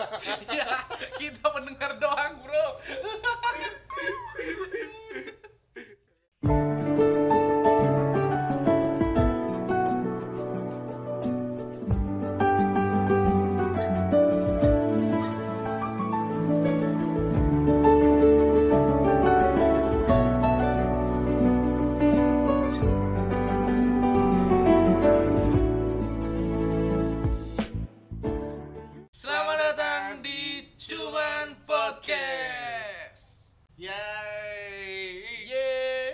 Ya, kita pendengar doang, bro. Selamat datang di Cuman Podcast. Yay. Yeay.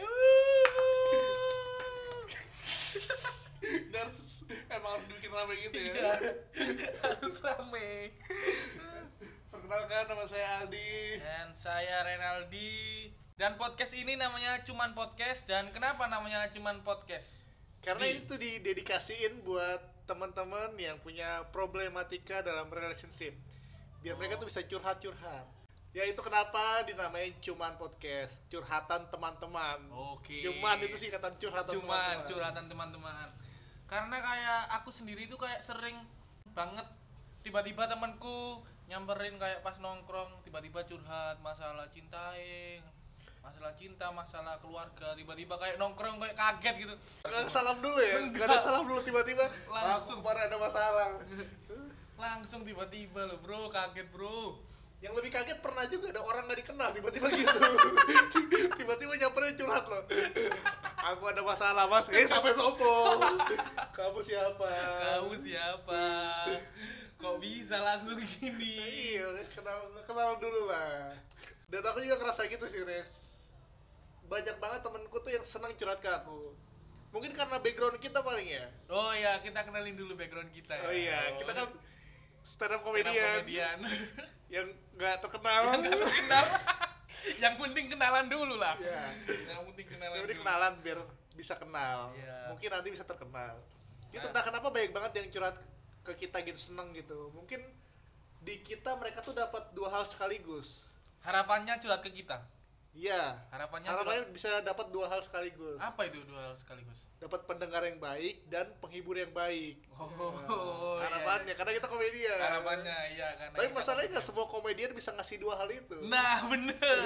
Emang harus bikin rame gitu ya. Iya, harus rame. Perkenalkan, nama saya Aldi. Dan saya Renaldi. Dan podcast ini namanya Cuman Podcast. Dan kenapa namanya Cuman Podcast? Karena itu didedikasiin buat teman-teman yang punya problematika dalam relationship. Biar mereka tuh bisa curhat-curhat. Ya itu kenapa dinamain Cuman Podcast, curhatan teman-teman. Oke. Cuman itu singkatan curhatan Cuman teman-teman. curhatan teman-teman. Karena kayak aku sendiri tuh kayak sering banget tiba-tiba temanku nyamperin kayak pas nongkrong tiba-tiba curhat masalah cintaing, masalah cinta, masalah keluarga, tiba-tiba kayak nongkrong kayak kaget gitu. Nggak salam dulu ya, nggak ada salam dulu tiba-tiba. Langsung. Aku kemarin ada masalah. Langsung tiba-tiba loh bro, kaget bro. Yang lebih kaget pernah juga ada orang nggak dikenal tiba-tiba gitu. Tiba-tiba nyamperin curhat loh. Aku ada masalah mas, sampai sopo. Kamu siapa? Kamu siapa? Kok bisa langsung gini? Iya, kenal dulu lah. Dan aku juga ngerasa gitu sih, Res. Banyak banget temenku tuh yang senang curhat ke aku. Mungkin karena background kita paling ya. Oh iya, kita kenalin dulu background kita ya. Oh iya, kita kan stand up Stand up comedian comedian. yang nggak terkenal. Yang nggak terkenal. Yang penting kenalan dulu lah. Iya. Yang penting kenalan Jadi dulu. kenalan biar bisa kenal. Iya. Mungkin nanti bisa terkenal. Itu Nah. entah kenapa banyak banget yang curhat ke kita gitu, seneng gitu. Mungkin di kita mereka tuh dapat dua hal sekaligus. Harapannya curhat ke kita. Iya. Harapannya Bisa dapat dua hal sekaligus. apa itu dua hal sekaligus? Dapat pendengar yang baik dan penghibur yang baik. Oh, Harapannya iya. karena kita komedian. Harapannya iya karena Tapi kita- masalahnya nggak semua komedian bisa ngasih dua hal itu. Nah, bener.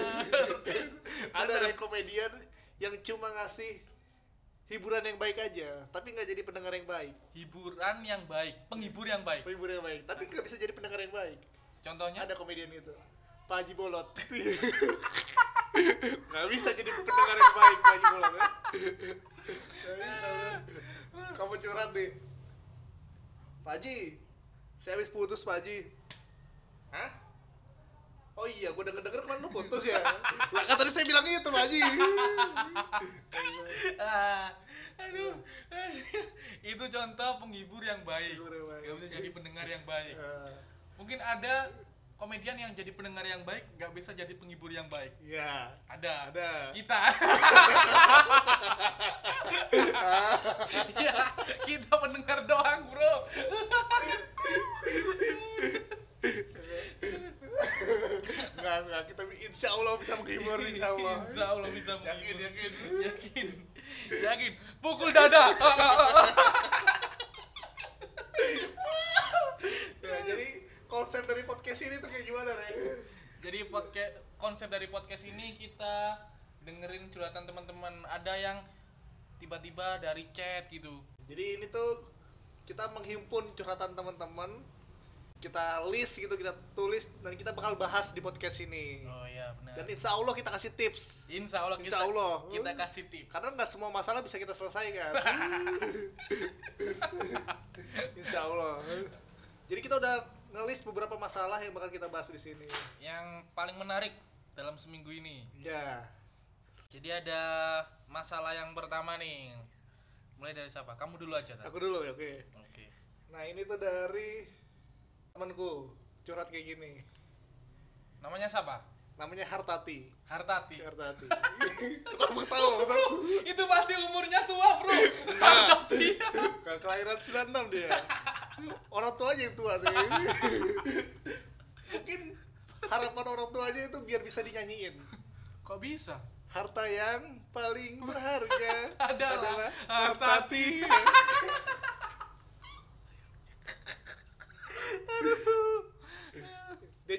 Ada yang komedian yang cuma ngasih hiburan yang baik aja, tapi nggak jadi pendengar yang baik. Hiburan yang baik, penghibur yang baik. Penghibur yang baik, tapi nggak bisa jadi pendengar yang baik. Contohnya? Ada komedian gitu, Pak Haji Bolot. Nggak bisa jadi pendengar yang baik, Pak Haji Bolot ya. Nggak bisa, udah. Kamu curhat nih, Pak Haji, saya habis putus Pak Haji. Hah? Oh iya, gue denger kemarin lu putus ya. Lah kan tadi saya bilang itu Pak Haji. Aduh. Itu contoh penghibur yang baik. Penghibur yang baik. Gak bisa jadi pendengar yang baik. Eh, Mungkin ada komedian yang jadi pendengar yang baik gak bisa jadi penghibur yang baik. Ya, Ada. ada. Kita. Ya, kita pendengar doang, bro. Enggak, kita insya Allah bisa menghibur, insya Allah. Insya Allah bisa menghibur. Yakin. Yakin. Pukul dada. Ya, jadi konsep dari podcast ini tuh kayak gimana, Ren? Jadi konsep dari podcast ini kita dengerin curhatan teman-teman. Ada yang tiba-tiba dari chat gitu. Jadi ini tuh kita menghimpun curhatan teman-teman, kita list gitu, kita tulis dan kita bakal bahas di podcast ini. Oh iya benar. Dan insya Allah kita kasih tips. Insya Allah Insya Allah. kita kasih tips. Karena nggak semua masalah bisa kita selesaikan. Insya Allah. Jadi kita udah nge-list beberapa masalah yang bakal kita bahas di sini. Yang paling menarik dalam seminggu ini. Ya. Jadi ada masalah yang pertama nih. Mulai dari siapa? Kamu dulu aja. Aku dulu ya, oke. Oke. Nah ini tuh dari temanku curhat kayak gini. Namanya siapa? Namanya Hartati. Hartati. Kenapa tahu? Itu pasti umurnya tua, bro. Hartati. Kelahiran 96 dia. Orang tuanya yang tua sih. Mungkin harapan orang tuanya itu biar bisa dinyanyiin. Kok bisa? Harta yang paling berharga Adalah Hartati.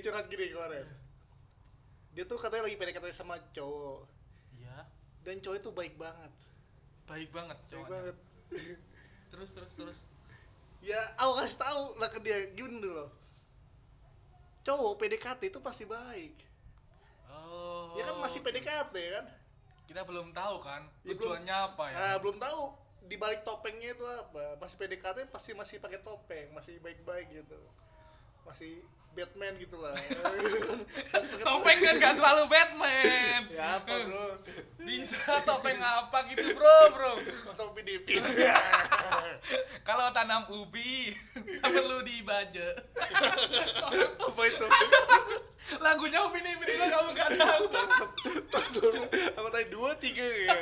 curhat gini kemarin. Dia tuh katanya lagi PDKT sama cowok. Iya. Dan cowok itu baik banget. Baik banget Baik cowoknya. banget. Terus. Ya, aku kasih tahu lah ke dia gini dulu. Cowok PDKT itu pasti baik. Oh. Ya kan masih PDKT kan? Kita belum tahu kan Ya, tujuannya apa ya. Nah, belum tahu di balik topengnya itu apa. Masih PDKT pasti masih pakai topeng, masih baik-baik gitu. Masih Batman gitu lah. Topeng kan gak selalu Batman. Ya apa bro? Bisa topeng apa gitu bro. Masa Upin-Ipin. Kalau tanam ubi tak perlu dibaje. Apa itu? Lagunya Upin-Ipin itu kamu gak tahu. Aku tadi 2, 3 ya.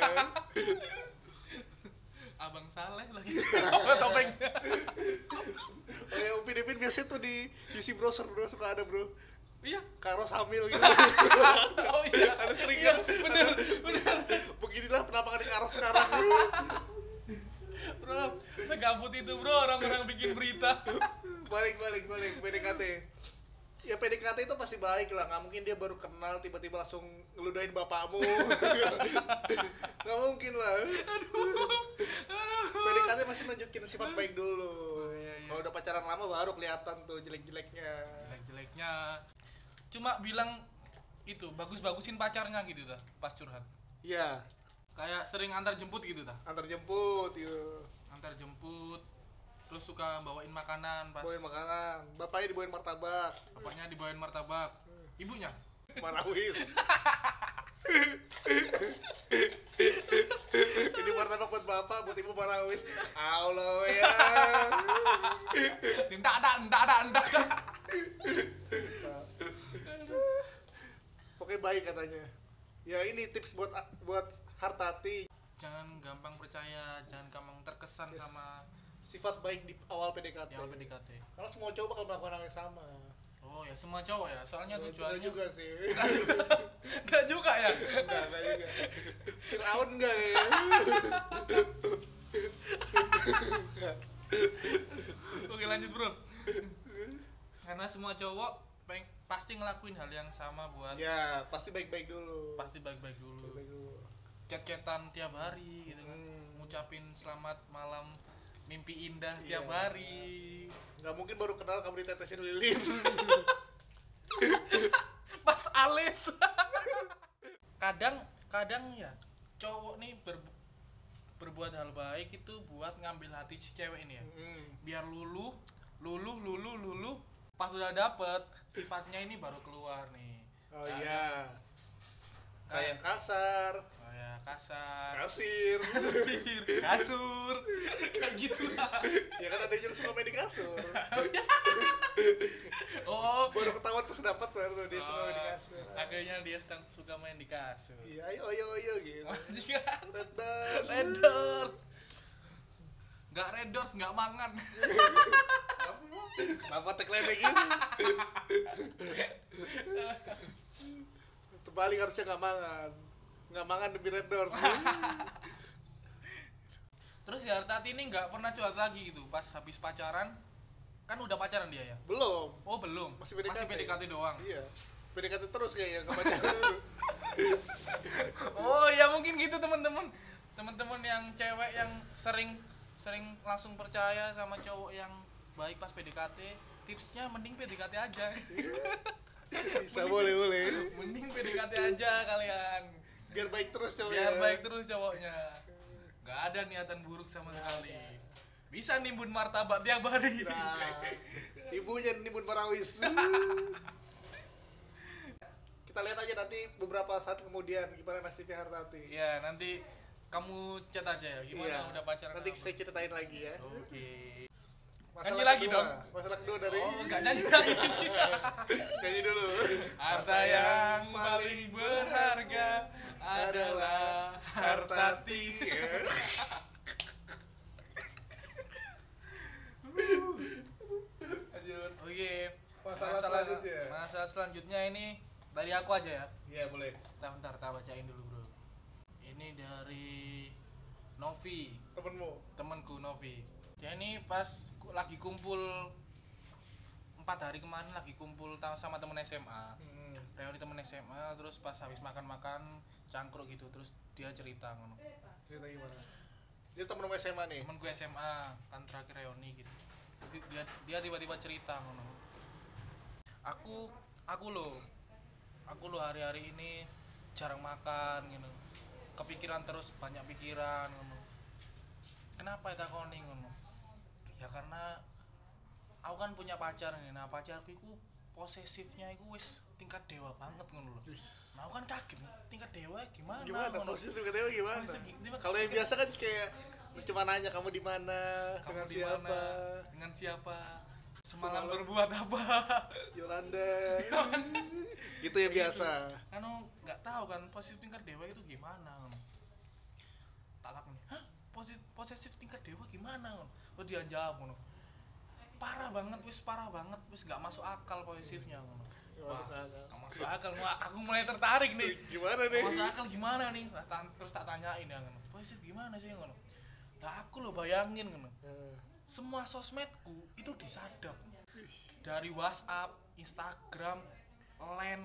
Abang Saleh lagi. Apa topengnya? Oh ya, Upin-Ipin biasanya tuh di UC Browser bro, suka ada bro. Iya. Karos hamil gitu. Oh iya. Ada sering Iya, kan? bener. Beginilah penampakan Karos sekarang. Bro, segabut itu bro orang-orang bikin berita. Balik PDKT. Ya PDKT itu pasti baik lah, nggak mungkin dia baru kenal tiba-tiba langsung ngeludahin bapakmu. Nggak mungkin lah. PDKT pasti nunjukin sifat baik dulu. Iya. Kalau udah pacaran lama baru kelihatan tuh jelek-jeleknya. Jelek-jeleknya. Cuma bilang itu bagus-bagusin pacarnya gitu dah pas curhat. Iya, Kayak sering antar jemput gitu dah. antar jemput gitu. Antar jemput. Terus suka bawain makanan pas Bawain makanan, bapaknya dibawain martabak, bapaknya dibawain martabak. Ibunya marawis. Ini martabak buat bapak, buat ibu marawis. Allah ya. enggak ada. Pokoknya baik katanya. Ya ini tips buat Hartati. Jangan gampang percaya, jangan gampang terkesan sama Sifat baik di awal PDKT. yang PDKT. Karena semua cowok bakal melakukan hal yang sama. Oh ya semua cowok ya, soalnya Enggak tujuannya juga sih. enggak juga ya. Enggak juga. Firaun enggak ya? Oke lanjut bro. Karena semua cowok pasti ngelakuin hal yang sama buat Ya, pasti baik-baik dulu. pasti baik-baik dulu. Baik-baik dulu. Chat-chatan tiap hari gitu kan. Ngucapin selamat malam mimpi indah tiap Iya. hari. Nggak mungkin baru kenal kamu ditetesin lilin. Pas alis. kadang ya cowok nih berbuat hal baik itu buat ngambil hati si cewek ini ya. Biar luluh pas udah dapet sifatnya ini baru keluar nih. Oh iya. Kayak kasar, Kayak kasar, kasir. kasur, kayak gitu lah. Ya kan ada yang suka main di kasur. Oh, Baru ketahuan pas dapat baru dia suka main di kasur. akhirnya dia suka main di kasur. Iya, ayo gitu. Majikan, Red Doors. Red Doors. Nggak Red Doors, nggak mangan. Kenapa tagline gitu? Terbalik harusnya nggak mangan demi Red Doors. Terus ya Hartati ini nggak pernah curhat lagi gitu pas habis pacaran. Kan udah pacaran dia ya? Belum. Oh belum, Masih PDKT doang. Iya. PDKT terus kayaknya nggak pacaran. Oh ya mungkin gitu teman-teman yang cewek yang sering langsung percaya sama cowok yang baik pas PDKT, tipsnya mending PDKT aja. Bisa boleh. Mending PDKT aja kalian. Biar baik terus cowoknya. Biar baik terus cowoknya. Gak ada niatan buruk sama sekali. Bisa nimbun martabak tiap hari. Nah, ibunya nimbun marawis. Kita lihat aja nanti beberapa saat kemudian gimana nasibnya Hartati. Ya nanti kamu chat aja ya gimana Iya. udah pacaran. Nanti apa? saya ceritain lagi ya. Oke. Masalah Nyanyi lagi kedua. dong. Masalah kedua dari Oh enggak nyanyi lagi. nyanyi dulu. Harta yang paling berharga adalah Hartati. Lanjut. Oke. Masalah selanjutnya. Masalah selanjutnya ini dari aku aja ya. Iya boleh. Bentar, tak bacain dulu bro. Ini dari Novi, Temenmu. temanku Novi. Dia ini pas lagi kumpul 4 4 hari kemarin lagi kumpul sama temen SMA. Reuni temen SMA, terus pas habis makan-makan cangkruk gitu, terus dia cerita ngono. Cerita gimana? Dia temen SMA nih. Temenku SMA kan terakhir reuni gitu. Terus dia tiba-tiba cerita ngono. Aku lo hari-hari ini jarang makan gitu. Kepikiran terus, banyak pikiran ngono. Kenapa ya takoni ngono? Ya karena aku kan punya pacar nih. Nah, pacarku itu posesifnya itu wis tingkat dewa banget ngono lho. Nah, aku kan kaget nih, tingkat dewa gimana? Gimana? Posesif tingkat dewa gimana? Gimana? Kalau yang biasa kan kayak cuma nanya kamu di mana, Kamu dengan siapa? Dengan siapa? Semalam berbuat apa? Yolanda. Gitu yang biasa. Kan nggak tahu kan posesif tingkat dewa itu gimana? Tak takut nih. Hah? Posesif tingkat dewa gimana? Oh dia jawab ngono. Parah banget, wis nggak masuk akal posesifnya ngono. Nggak masuk akal. Wah, aku mulai tertarik nih. Gimana nih? Masuk akal gimana nih? Terus tak tanyain ya ngono. Posesif gimana sih ngono? Nah, aku lo bayangin ngono. Semua sosmedku itu disadap. Dari WhatsApp, Instagram, Line.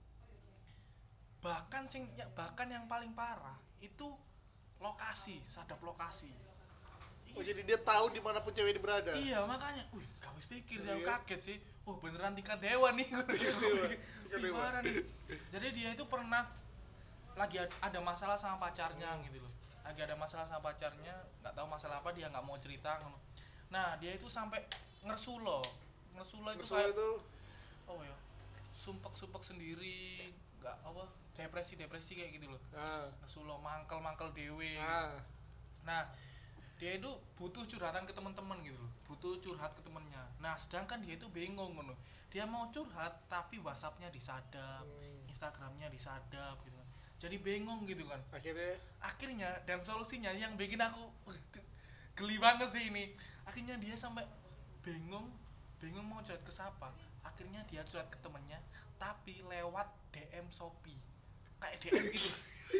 Bahkan yang paling parah itu lokasi, sadap lokasi. Oh, jadi dia tahu dimanapun cewek ini berada. Iya, makanya gak habis pikir sih, aku Iya. kaget sih. Oh, beneran tingkat dewa nih. Tingkat dewa. Gimana nih? Jadi dia itu pernah lagi ada masalah sama pacarnya gitu loh. Lagi ada masalah sama pacarnya, nggak tahu masalah apa, dia nggak mau cerita. Nah, dia itu sampai ngersulo itu kayak itu oh ya, sumpek sendiri, nggak apa, depresi kayak gitu loh. Ngersulo mangkel dewe. Nah, dia itu butuh curhatan ke teman-teman gitu loh, butuh curhat ke temennya. Nah, sedangkan dia itu bingung ngono, dia mau curhat tapi WhatsAppnya disadap, Instagramnya disadap gitu kan. Jadi bingung gitu kan. Akhirnya dan solusinya yang bikin aku geli banget sih ini. Akhirnya dia sampai bingung mau curhat ke siapa. Akhirnya dia curhat ke temennya tapi lewat DM Shopee. Kayak DM gitu.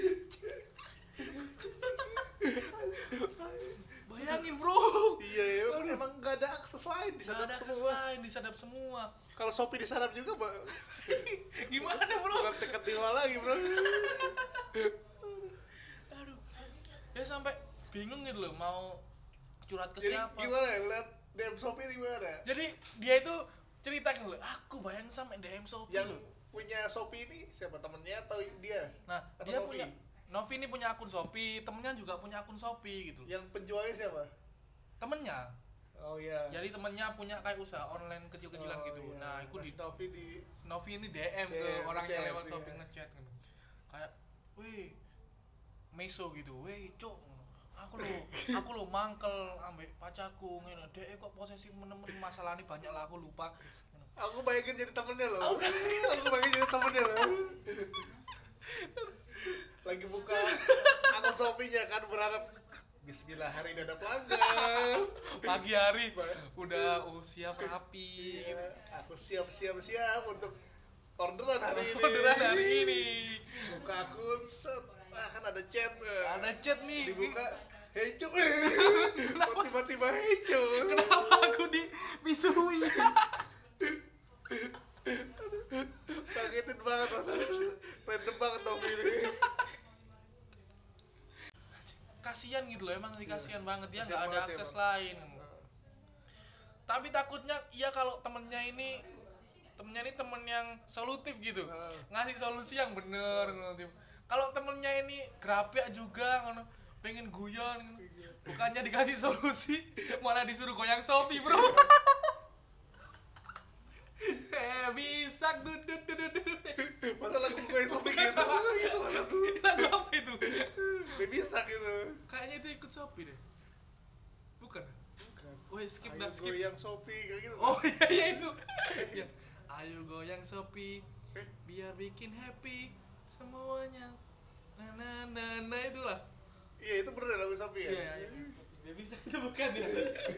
Bayangin bro. Iya, emang nggak ada akses lain, disadap semua. Kalau Shopee disadap juga, Gimana bro? bukan dekat dewa lagi bro. Aduh, dia sampai bingung gitu loh mau curhat ke siapa. Gimana ya, lihat DM Shopee di mana? Jadi dia itu cerita gitu loh, aku bayangin sampai DM Shopee. Yang punya Shopee ini siapa, temennya atau dia? Nah, atau dia Novi? punya Novi ini punya akun Shopee, temennya juga punya akun Shopee gitu. Yang penjualnya siapa? Temennya. Oh iya. Jadi temennya punya kayak usaha online kecil-kecilan gitu. Iya. Nah, itu di Novi ini DM ke orang yang lewat iya. Shopee ngechat gitu. Kayak, "Weh, meso gitu. Weh, cuk. Aku lo mangkel ambek pacarku ngene. Dek kok posesif menemen masalahnya banyak lah aku lupa." Aku bayangin jadi temennya loh. Aku bayangin jadi temennya loh. Lagi buka akun Shopee-nya kan, berharap bismillah hari ini ada pelanggan. Pagi hari udah siap rapi Iya, gitu. aku siap untuk orderan hari ini. Buka akun set, kan ada chat. Ada chat nih. Dibuka, hey cuk. Kok tiba-tiba hey cuk. Kenapa aku dipisui? Kagetin banget rasanya. Random banget dong ini. Kasian gitu loh, emang kasihan banget, dia Kasihan nggak ada banget sih akses emang. lain. Tapi takutnya iya kalau temennya ini temen yang solutif gitu, ngasih solusi yang bener ngono. Kalau temennya ini grapek juga ngono, pengen guyon ngono. Bukannya dikasih solusi malah disuruh goyang Shopee bro. Bisa dudut. Masa lagu gue Shopee gitu? Bukan gitu masa tuh. Lagu apa itu? Gak bisa gitu. Kayaknya itu ikut Shopee deh. Bukan. Woi, skip Ayo dah, skip. goyang Shopee kayak gitu. Oh iya itu. Ya. Ayo goyang Shopee biar bikin happy semuanya. Nah itulah. Iya, itu bener lagu Shopee ya? Iya. Ya bisa itu bukan ya.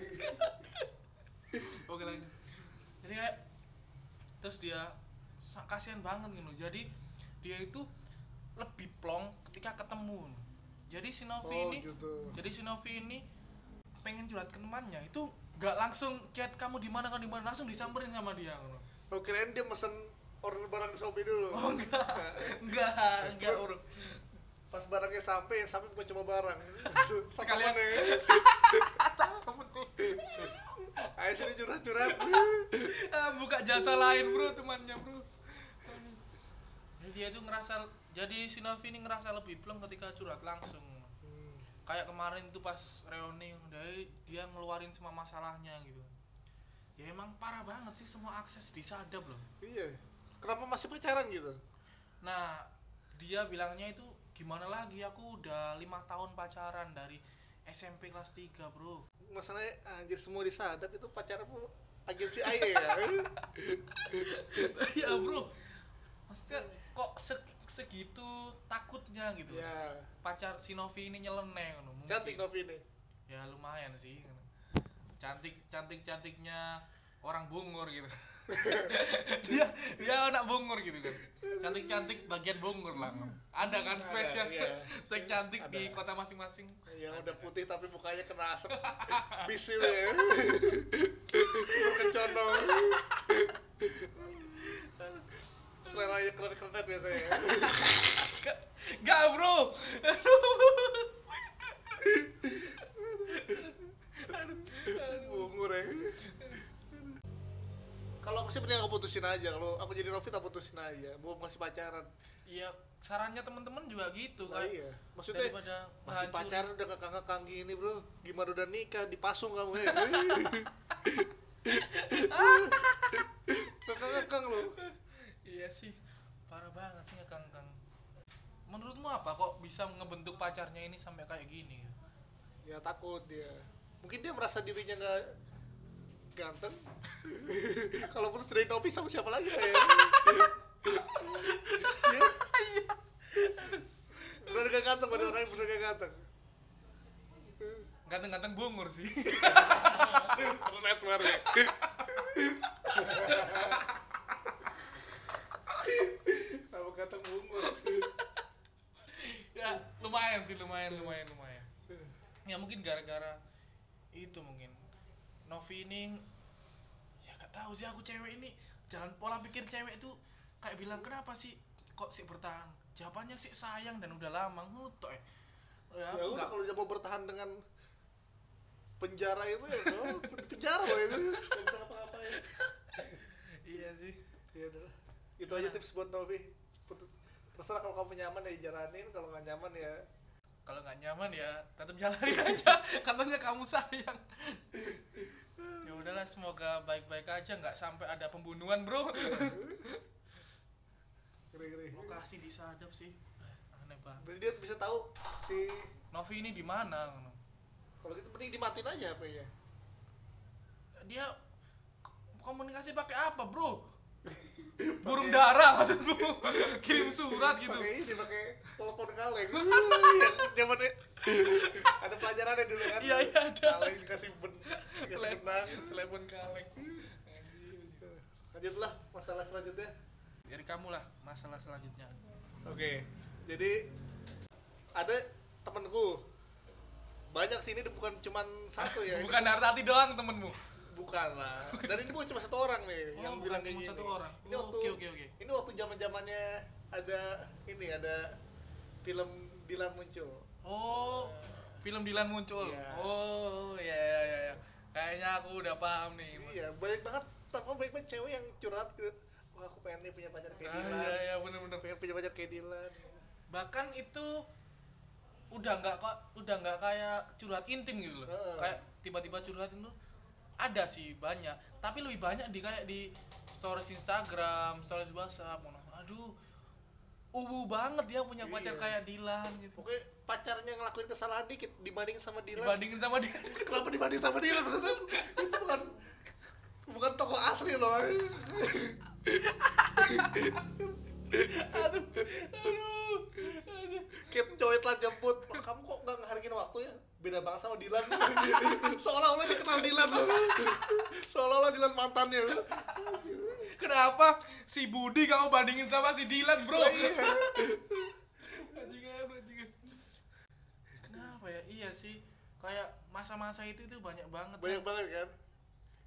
Oke lanjut. Jadi kayak terus dia kasihan banget gitu. Jadi dia itu lebih plong ketika ketemu. Jadi si Novi ini gitu. pengen curhat ke temannya itu nggak langsung chat kamu di mana, langsung disamperin sama dia ngono. Oh, kirain dia mesen order barang di Shopee dulu. Oh enggak Terus, urut. pas barangnya sampai, yang sampai bukan cuma barang. Sekalian. Sama temen. Ayo sini curhat-curhat. Buka jasa lain bro, temannya bro. Jadi dia tuh ngerasa, jadi si Novi ini ngerasa lebih plong ketika curhat langsung. Kayak kemarin tuh pas reuni, dari dia ngeluarin semua masalahnya gitu. Ya emang parah banget sih, semua akses disadap loh. Iya. Kenapa masih pacaran gitu? Nah, dia bilangnya itu gimana lagi, aku udah 5 tahun pacaran dari SMP kelas 3 bro. Masalahnya anjir semua disadap itu pacaran agensi CIA ya. Ya bro, maksudnya kok segitu takutnya gitu. Ya. Pacar si Novi ini nyeleneh mungkin. Cantik Novi ini. Ya lumayan sih. Cantiknya orang Bungur gitu. dia anak Bungur gitu kan. Cantik bagian Bungur lah. Ada kan spesial cek cantik ada. Di kota masing-masing. Yang udah putih tapi mukanya kena asap. Bis itu ya. Kencondong. Seleranya keren-keren biasanya. Gak bro. Bungur ya. Kalau aku sih mending aku putusin aja. Kalau aku jadi Novi tak putusin aja. Mau masih pacaran. Iya, sarannya teman-teman juga gitu kan. Iya. Maksudnya masih pacaran udah kekang-kekang gini, bro. Gimana udah nikah dipasung kamu ya. Kekang-kekang lo. Iya sih. Parah banget sih ngekang-kang. Menurutmu apa kok bisa ngebentuk pacarnya ini sampai kayak gini? Ya takut dia. Mungkin dia merasa dirinya enggak ganteng. Kalau putus dari Novi sama siapa lagi saya? Ya? Bener gak ganteng, pada orang bener gak ganteng. Ganteng-ganteng Bungur sih. Network ya. Sama ganteng Bungur. Ya lumayan sih, lumayan. Ya mungkin gara-gara itu mungkin Novi ini, ya gak tahu sih aku, cewek ini jalan pola pikir cewek itu kayak bilang kenapa sih kok sih bertahan, jawabannya sih sayang dan udah lama ngutok ya udah kalau dia mau bertahan dengan penjara itu ya penjara loh itu nggak bisa ngapa-ngapain. Iya sih, ya udah itu aja tips buat Novi. Terserah, kalau kamu nyaman ya jalanin, kalau nggak nyaman ya tetap jalanin aja. Katanya kamu sayang. Ya udahlah, semoga baik-baik aja, nggak sampai ada pembunuhan bro. Lokasi disadap sih, aneh banget. Berarti dia bisa tahu si Novi ini di mana. Kalau gitu mending dimatiin aja HP-nya. Dia komunikasi pakai apa bro? Burung dara maksudmu? Kirim surat gitu. Pakai telepon kaleng. Yang zamannya ada pelajarannya dulu kan? Iya ada. Kaleng dikasih benang. Telepon kaleng. Lanjutlah masalah selanjutnya. Dari kamu lah masalah selanjutnya. Oke. Jadi ada temanku. Banyak sih, ini bukan cuman satu ya. Bukan Hartati doang temenmu. Bukan lah. Dan ini bukan cuma satu orang nih yang bilang kayak gini. Satu orang. Ini waktu ini waktu zaman-zamannya ada film Dilan muncul. Oh, film Dilan muncul. Yeah. Oh, ya. Kayaknya aku udah paham nih. Iya, banyak banget cewek yang curhat ke, wah aku pengen nih punya pacar kayak Dilan. Iya, bener-bener pengen punya pacar kayak Dilan. Bahkan itu udah nggak kayak curhat intim gitu loh. Kayak tiba-tiba curhat itu ada sih banyak, tapi lebih banyak di stories Instagram, stories WhatsApp. Aduh, banget dia punya pacar kayak Dilan gitu. Pokoknya pacarnya ngelakuin kesalahan dikit dibandingin sama Dilan. Kenapa dibanding sama Dilan? Maksudnya itu bukan tokoh asli loh. aduh. Kayak cowok telah jemput, kamu kok nggak ngehargain waktunya? Beda banget sama Dilan. Seolah-olah dikenal Dilan. Seolah-olah Dilan mantannya. Kenapa si Budi kamu bandingin sama si Dilan bro? Bajingan. Kenapa ya? Iya sih, kayak masa-masa itu banyak banget. Banyak banget kan?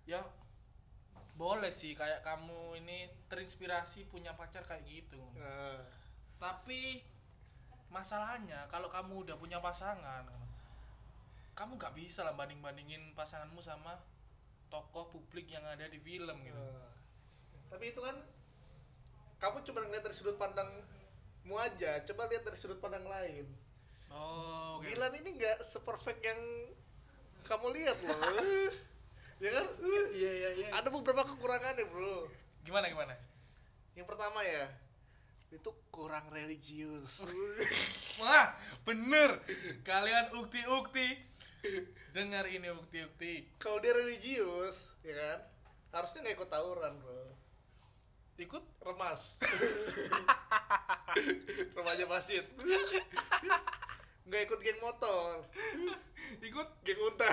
Ya boleh sih kayak kamu ini terinspirasi punya pacar kayak gitu. Nah, Tapi masalahnya kalau kamu udah punya pasangan, kamu gak bisa lah banding-bandingin pasanganmu sama tokoh publik yang ada di film gitu. tapi itu kan kamu cuma ngeliat dari sudut pandangmu aja, coba lihat dari sudut pandang lain. Oh, oke. Dilan ini nggak seperfect yang kamu lihat loh. Ya kan? Iya. Ada beberapa kekurangannya, bro. Gimana? Yang pertama ya, itu kurang religius. Wah, bener. Kalian ukti-ukti. Dengar ini ukti-ukti. Kalau dia religius, ya kan? Harusnya nggak ikut tawuran, bro. Ikut? Remas. Remaja masjid. Nggak ikut geng motor. Ikut? Geng unta.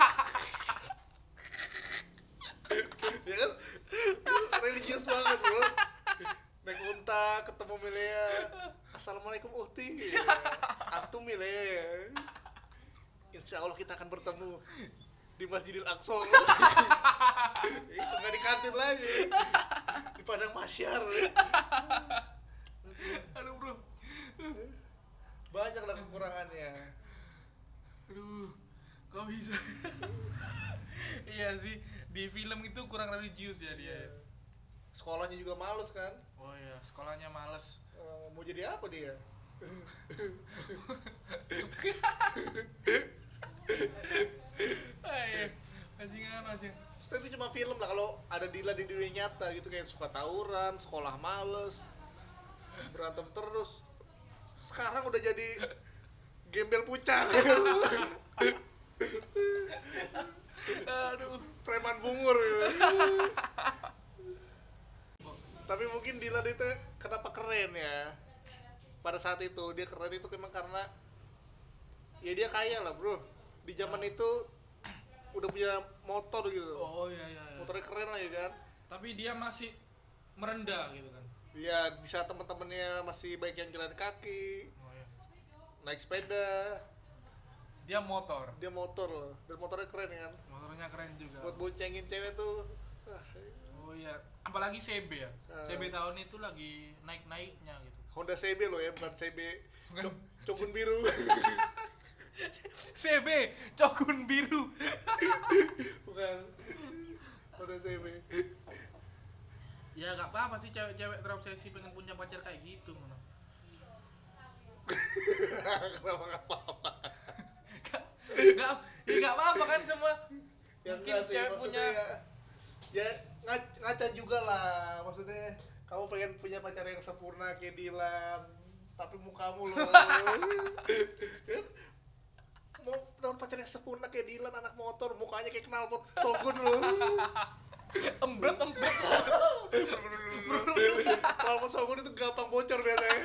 Ya kan? Religius banget, bro. Naik unta, ketemu Milea. Assalamualaikum Uhti. Antum Milea. Insya Allah kita akan bertemu di Masjidil Aqsa. Itu nggak di kantin lagi, di padang masyar. Aduh, bro. Banyak lah kekurangannya. Aduh, kok bisa? Iya sih, di film itu kurang religius ya dia. Sekolahnya juga males kan. Oh iya, sekolahnya males. Mau jadi apa dia? Ayo, anjing. Itu cuma film lah. Kalau ada Dila di dunia nyata gitu, kayak suka tawuran, sekolah males, berantem terus. Sekarang udah jadi gembel pucang. Aduh. Preman bungur gitu. Tapi mungkin Dilan itu kenapa keren ya? Pada saat itu dia keren itu memang karena ya dia kaya lah, bro. Di zaman itu udah punya motor gitu. Oh iya. Motornya keren lah ya kan. Tapi dia masih merendah gitu kan. Ya di saat teman-temannya masih baik yang jalan kaki, Oh iya. naik sepeda, Dia motor. dia motor loh. Dan motornya keren kan. Motornya keren juga. Buat boncengin cewek tuh. Oh iya, apalagi CB ya. Ah. CB tahun itu lagi naik-naiknya gitu. Honda CB loh ya, bukan CB Bukan. Cogun biru. CB Cogun biru. Bukan. Honda CB. Ya gak apa-apa sih cewek-cewek terobsesi pengen punya pacar kayak gitu. Kenapa nggak apa-apa? Gak apa-apa kan semua. Ya Mungkin enggak sih, cewek maksudnya punya. ya ngaca juga lah. Maksudnya kamu pengen punya pacar yang sempurna kayak Dilan, tapi mukamu loh. Kan? Mau dapat pacar yang sempurna kayak Dilan, anak motor, mukanya kayak knalpot Shogun loh. Embret. Knalpot Shogun itu gampang bocor biasanya.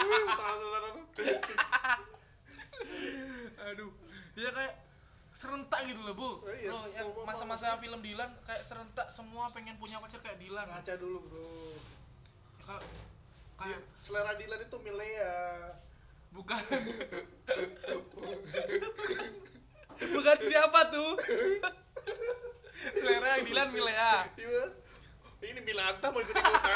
Aduh, dia kayak serentak gitu loh, Bu. Iya, Bro, yang semua masa-masa film Dilan kayak serentak semua pengen punya pacar kayak Dilan. Ngaca dulu, bro. Ya, kalau kayak Selera Dilan itu Milea. bukan. Bukan siapa tuh? Selera yang Dilan Milea. Iya. Ini Milanta mau ikut-ikutan.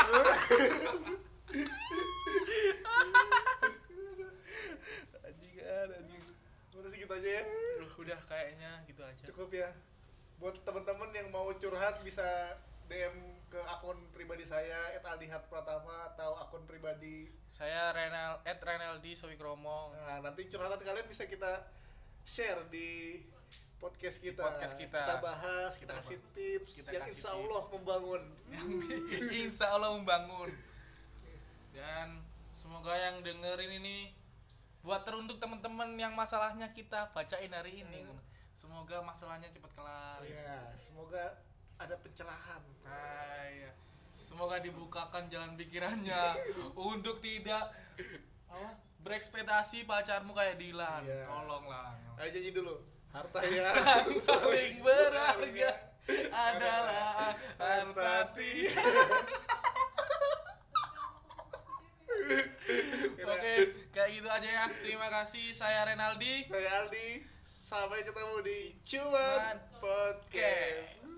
Anjing. Udah segitu aja ya. Udah kayaknya gitu aja. Cukup ya. Buat teman-teman yang mau curhat bisa DM ke akun pribadi saya @aldihatpratama atau akun pribadi. Saya Renaldi Sowikromo. Nah, nanti curhatan kalian bisa kita share di podcast kita. Kita bahas, kita kasih tips Kita yang kasih insya tips. Allah membangun. Insya Allah membangun. Dan semoga yang dengerin ini buat teruntuk teman-teman yang masalahnya kita bacain hari ini. Semoga masalahnya cepat kelar. Ya, semoga ada pencerahan. Nah, iya. Semoga dibukakan jalan pikirannya untuk tidak berekspektasi pacarmu kayak Dilan. Iya. Tolonglah. Ayo janji dulu. Harta yang Paling berharga adalah harta tiada. Oke, kayak gitu aja ya. Terima kasih. Saya Renaldi. Saya Aldi. Sampai ketemu di Cuman Podcast.